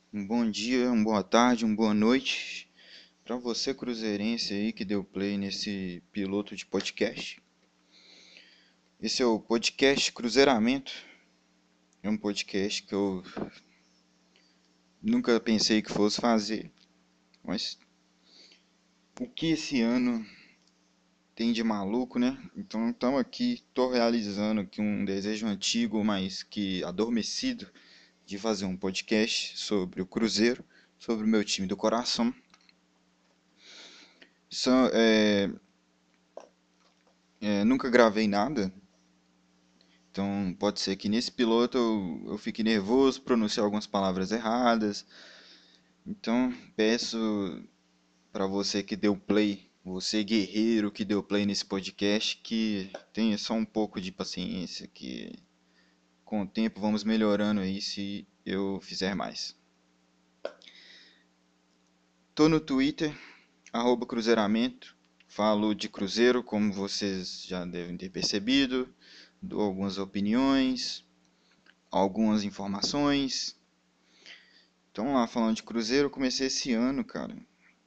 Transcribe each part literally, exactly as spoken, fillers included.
Um bom dia, uma boa tarde, uma boa noite para você cruzeirense aí que deu play nesse piloto de podcast. Esse é o podcast Cruzeiramento. É um podcast que eu nunca pensei que fosse fazer, mas o que esse ano tem de maluco, né? Então estamos aqui, tô realizando aqui um desejo antigo, mas que adormecido, de fazer um podcast sobre o Cruzeiro, sobre o meu time do coração. Só, é, é, nunca gravei nada. Então, pode ser que nesse piloto eu, eu fique nervoso, pronuncie algumas palavras erradas. Então, peço para você que deu play, você guerreiro que deu play nesse podcast, que tenha só um pouco de paciência, que com o tempo vamos melhorando aí se eu fizer mais. Tô no Twitter, arroba Cruzeiramento, falo de Cruzeiro, como vocês já devem ter percebido, dou algumas opiniões, algumas informações. Então lá, falando de Cruzeiro, eu comecei esse ano, cara.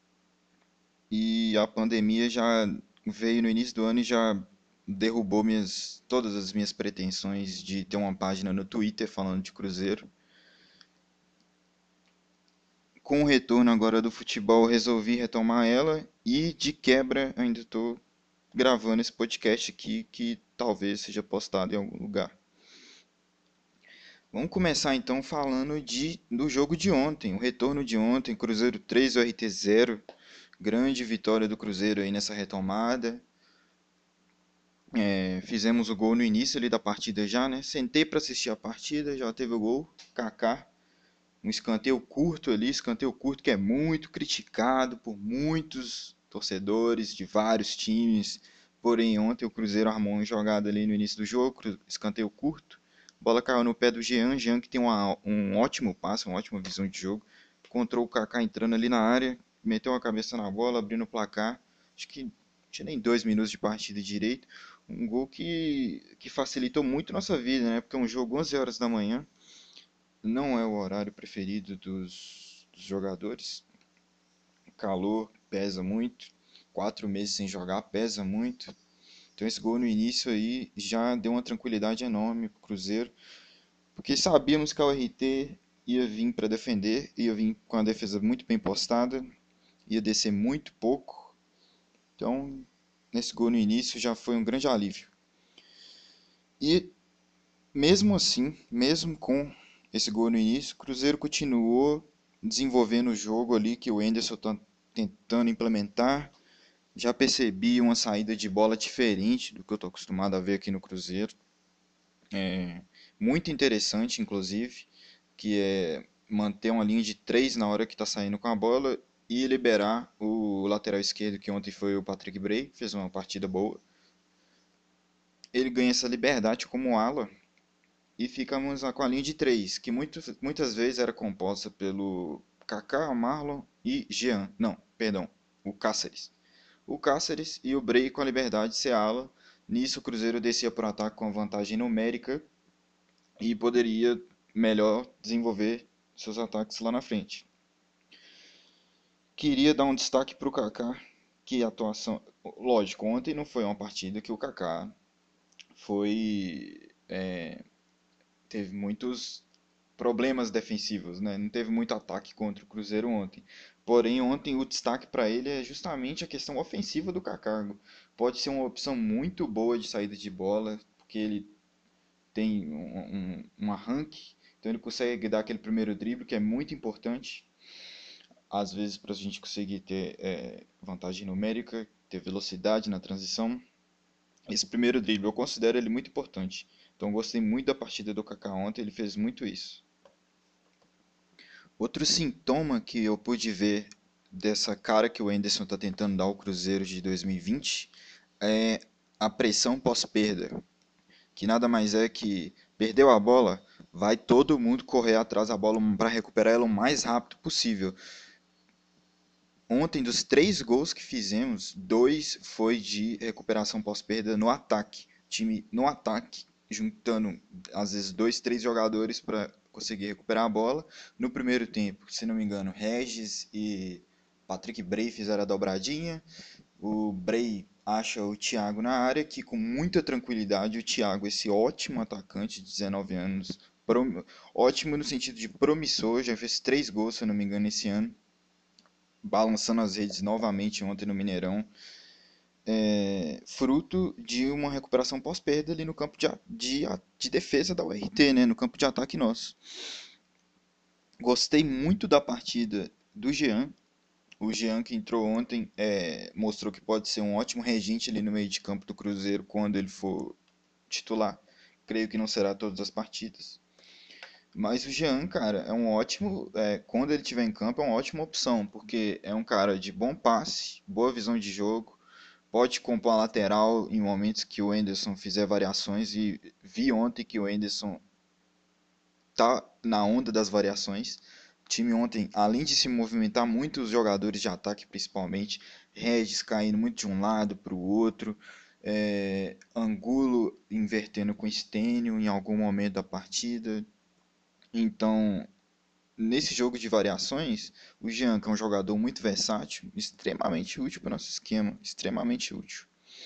E a pandemia já veio no início do ano e já derrubou minhas, todas as minhas pretensões de ter uma página no Twitter falando de Cruzeiro. Com o retorno agora do futebol, eu resolvi retomar ela e de quebra ainda estou gravando esse podcast aqui que talvez seja postado em algum lugar. Vamos começar então falando de, do jogo de ontem, o retorno de ontem, Cruzeiro três, O R T zero. Grande vitória do Cruzeiro aí nessa retomada. É, fizemos o gol no início ali da partida já, né? Sentei para assistir a partida, já teve o gol. Kaká, um escanteio curto ali, escanteio curto que é muito criticado por muitos torcedores de vários times. Porém, ontem o Cruzeiro armou uma jogada ali no início do jogo, escanteio curto. A bola caiu no pé do Jean, Jean que tem uma, um ótimo passe, uma ótima visão de jogo. Encontrou o Kaká entrando ali na área, meteu a cabeça na bola, abrindo o placar. Acho que não tinha nem dois minutos de partida direito. Um gol que, que facilitou muito nossa vida, né? Porque é um jogo onze horas da manhã, não é o horário preferido dos, dos jogadores. Calor pesa muito. Quatro meses sem jogar pesa muito. Então esse gol no início aí já deu uma tranquilidade enorme pro Cruzeiro, porque sabíamos que a O R T ia vir para defender, ia vir com a defesa muito bem postada, ia descer muito pouco. Então, nesse gol no início já foi um grande alívio. E mesmo assim, mesmo com esse gol no início, o Cruzeiro continuou desenvolvendo o jogo ali que o Enderson está tentando implementar. Já percebi uma saída de bola diferente do que eu estou acostumado a ver aqui no Cruzeiro. É muito interessante, inclusive, que é manter uma linha de três na hora que está saindo com a bola e liberar o lateral esquerdo, que ontem foi o Patrick Bray, fez uma partida boa. Ele ganha essa liberdade como ala e ficamos com a linha de três, que muito, muitas vezes era composta pelo Kaká, Marlon e Jean. Não, perdão, o Cáceres. O Cáceres e o Bray com a liberdade de ser ala. Nisso o Cruzeiro descia para o ataque com vantagem numérica e poderia melhor desenvolver seus ataques lá na frente. Queria dar um destaque para o Kaká, que a atuação... Lógico, ontem não foi uma partida que o Kaká foi... É, teve muitos problemas defensivos, né? Não teve muito ataque contra o Cruzeiro ontem. Porém, ontem o destaque para ele é justamente a questão ofensiva do Kaká. Pode ser uma opção muito boa de saída de bola, porque ele tem um, um, um arranque, então ele consegue dar aquele primeiro drible que é muito importante, às vezes para a gente conseguir ter é, vantagem numérica, ter velocidade na transição. Esse primeiro drible eu considero ele muito importante. Então eu gostei muito da partida do Kaká ontem, ele fez muito isso. Outro sintoma que eu pude ver dessa cara que o Enderson está tentando dar ao Cruzeiro de dois mil e vinte é a pressão pós-perda, que nada mais é que perdeu a bola, vai todo mundo correr atrás da bola para recuperar ela o mais rápido possível. Ontem, dos três gols que fizemos, dois foi de recuperação pós-perda no ataque. Time no ataque, juntando às vezes dois, três jogadores para conseguir recuperar a bola. No primeiro tempo, se não me engano, Regis e Patrick Bray fizeram a dobradinha. O Bray acha o Thiago na área, que com muita tranquilidade o Thiago, esse ótimo atacante de dezenove anos, prom- ótimo no sentido de promissor, já fez três gols, se eu não me engano, esse ano, balançando as redes novamente ontem no Mineirão, é, fruto de uma recuperação pós-perda ali no campo de, a- de, a- de defesa da U R T, né, no campo de ataque nosso. Gostei muito da partida do Jean. O Jean que entrou ontem é, mostrou que pode ser um ótimo regente ali no meio de campo do Cruzeiro quando ele for titular. Creio que não será todas as partidas. Mas o Jean, cara, é um ótimo. É, quando ele estiver em campo, é uma ótima opção, porque é um cara de bom passe, boa visão de jogo, pode compor a lateral em momentos que o Enderson fizer variações. E vi ontem que o Enderson tá na onda das variações. O time ontem, além de se movimentar muito, os jogadores de ataque principalmente, Regis caindo muito de um lado para o outro, é, Angulo invertendo com Stênio em algum momento da partida. Então, nesse jogo de variações, o Jean, que é um jogador muito versátil, extremamente útil para o nosso esquema, extremamente útil.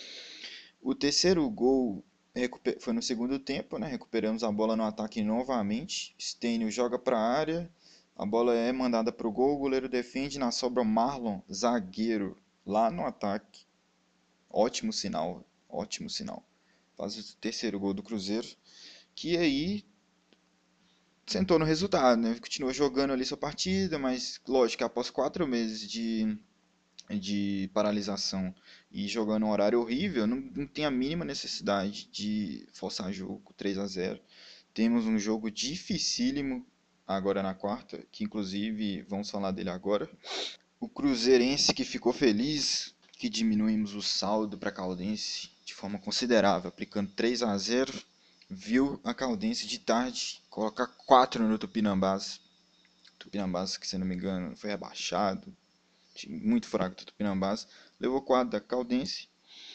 O terceiro gol recupe- foi no segundo tempo, né? Recuperamos a bola no ataque novamente. Stênio joga para a área, a bola é mandada para o gol, o goleiro defende, na sobra Marlon, zagueiro, lá no ataque. Ótimo sinal, ótimo sinal. Faz o terceiro gol do Cruzeiro, que aí sentou no resultado, né? Continua jogando ali sua partida, mas lógico que após quatro meses de de paralisação e jogando um horário horrível, não, não tem a mínima necessidade de forçar jogo três a zero. Temos um jogo dificílimo agora na quarta, que inclusive vamos falar dele agora. O Cruzeirense que ficou feliz que diminuímos o saldo para a Caldense de forma considerável, aplicando três a zero, viu a Caldense de tarde colocar quatro no Tupinambás. Tupinambás, que se não me engano, foi rebaixado, time muito fraco do Tupinambás, levou quatro da Caldense.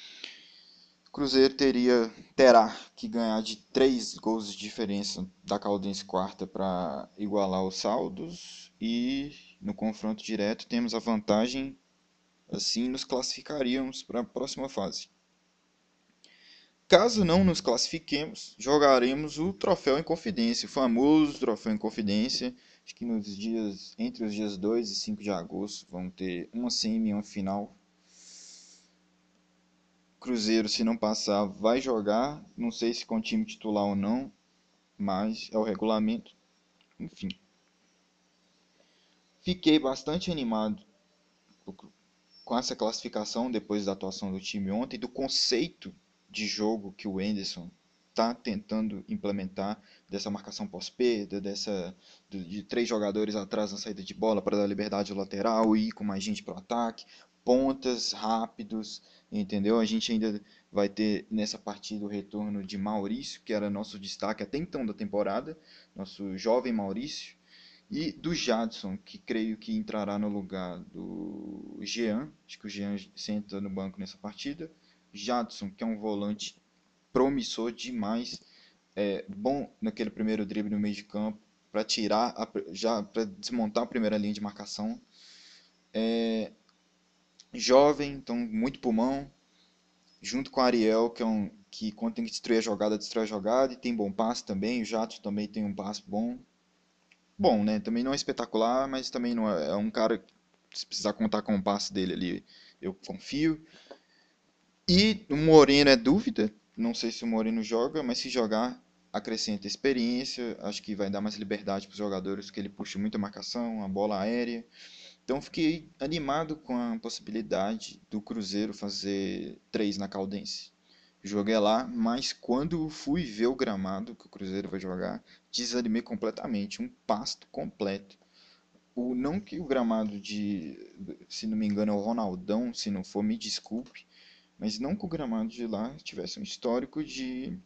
O Cruzeiro teria, terá que ganhar de três gols de diferença da Caldense quarta para igualar os saldos e no confronto direto temos a vantagem, assim nos classificaríamos para a próxima fase. Caso não nos classifiquemos, jogaremos o troféu em confidência, o famoso troféu em confidência. Acho que nos dias entre os dias dois e cinco de agosto vão ter uma semi e uma final. Cruzeiro, se não passar, vai jogar. Não sei se com o time titular ou não, mas é o regulamento. Enfim, fiquei bastante animado com essa classificação depois da atuação do time ontem, do conceito de jogo que o Enderson está tentando implementar, dessa marcação pós-perda, dessa de três jogadores atrás na saída de bola para dar liberdade ao lateral e ir com mais gente para o ataque, pontas rápidos, entendeu? A gente ainda vai ter nessa partida o retorno de Maurício, que era nosso destaque até então da temporada, nosso jovem Maurício, e do Jadson, que creio que entrará no lugar do Jean. Acho que o Jean senta no banco nessa partida. Jadson, que é um volante promissor demais, é bom naquele primeiro drible no meio de campo para tirar a, já para desmontar a primeira linha de marcação. É jovem, então muito pulmão, junto com o Ariel, que é um que quando tem que destruir a jogada, destrói a jogada e tem bom passe também. O Jadson também tem um passe bom. Bom, né? Também não é espetacular, mas também não é, é um cara que se precisar contar com o passe dele ali, eu confio. E o Moreno é dúvida, não sei se o Moreno joga, mas se jogar, acrescenta experiência, acho que vai dar mais liberdade para os jogadores, que ele puxa muita marcação, a bola aérea. Então fiquei animado com a possibilidade do Cruzeiro fazer três na Caldense. Joguei lá, mas quando fui ver o gramado que o Cruzeiro vai jogar, desanimei completamente, um pasto completo. O, não que o gramado de, se não me engano, é o Ronaldão, se não for, me desculpe, mas não que o gramado de lá tivesse um histórico de,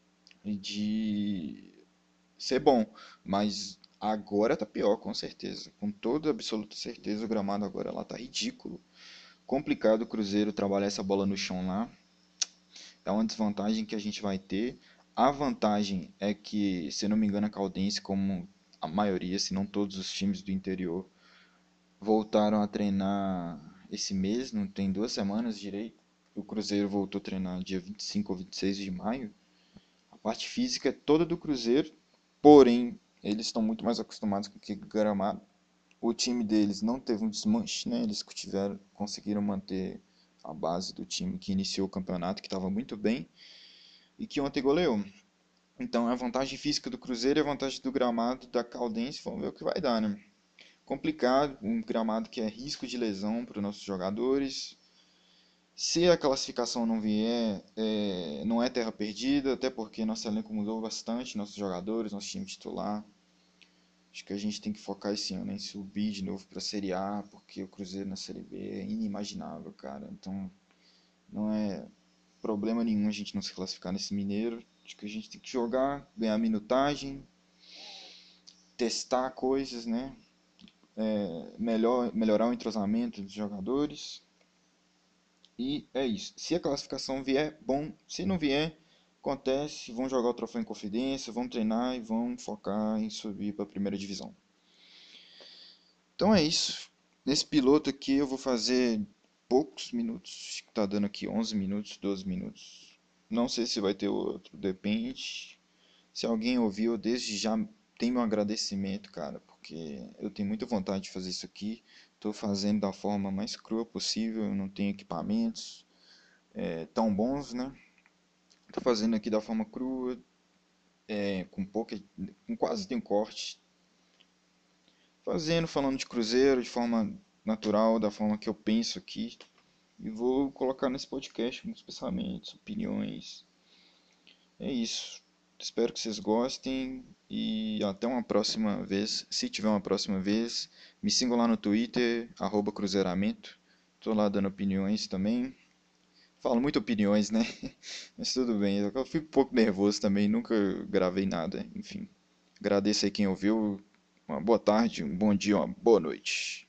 de ser bom, mas agora tá pior, com certeza. Com toda absoluta certeza, o gramado agora lá tá ridículo. Complicado o Cruzeiro trabalhar essa bola no chão lá. É uma desvantagem que a gente vai ter. A vantagem é que, se eu não me engano, a Caldense, como a maioria, se não todos os times do interior voltaram a treinar esse mês, não tem duas semanas direito. O Cruzeiro voltou a treinar dia vinte e cinco ou vinte e seis de maio. A parte física é toda do Cruzeiro, porém, eles estão muito mais acostumados com o gramado. O time deles não teve um desmanche, né? Eles tiveram, conseguiram manter a base do time que iniciou o campeonato, que estava muito bem, e que ontem goleou. Então, a vantagem física do Cruzeiro e a vantagem do gramado da Caldense, vamos ver o que vai dar, né? Complicado, um gramado que é risco de lesão para os nossos jogadores. Se a classificação não vier, é, não é terra perdida, até porque nosso elenco mudou bastante, nossos jogadores, nosso time titular. Acho que a gente tem que focar esse ano em subir de novo para a Série A, porque o Cruzeiro na Série B é inimaginável, cara. Então, não é problema nenhum a gente não se classificar nesse Mineiro. Acho que a gente tem que jogar, ganhar minutagem, testar coisas, né? É, melhor, melhorar o entrosamento dos jogadores. E é isso. Se a classificação vier, bom. Se não vier, acontece. Vão jogar o troféu em Confidência, vão treinar e vão focar em subir para a primeira divisão. Então é isso. Nesse piloto aqui eu vou fazer poucos minutos. Tá dando aqui onze minutos, doze minutos. Não sei se vai ter outro, depende. Se alguém ouviu, desde já tem meu agradecimento, cara, porque eu tenho muita vontade de fazer isso aqui. Estou fazendo da forma mais crua possível, eu não tenho equipamentos é, tão bons, né? Estou fazendo aqui da forma crua, é, com pouca, com quase tem corte. Fazendo, falando de Cruzeiro de forma natural, da forma que eu penso aqui. E vou colocar nesse podcast alguns pensamentos, opiniões. É isso. Espero que vocês gostem e até uma próxima vez. Se tiver uma próxima vez, me sigam lá no Twitter, arroba Cruzeiramento. Tô lá dando opiniões também. Falo muito opiniões, né? Mas tudo bem. Eu fico um pouco nervoso também, nunca gravei nada. Enfim, agradeço aí quem ouviu. Uma boa tarde, um bom dia, uma boa noite.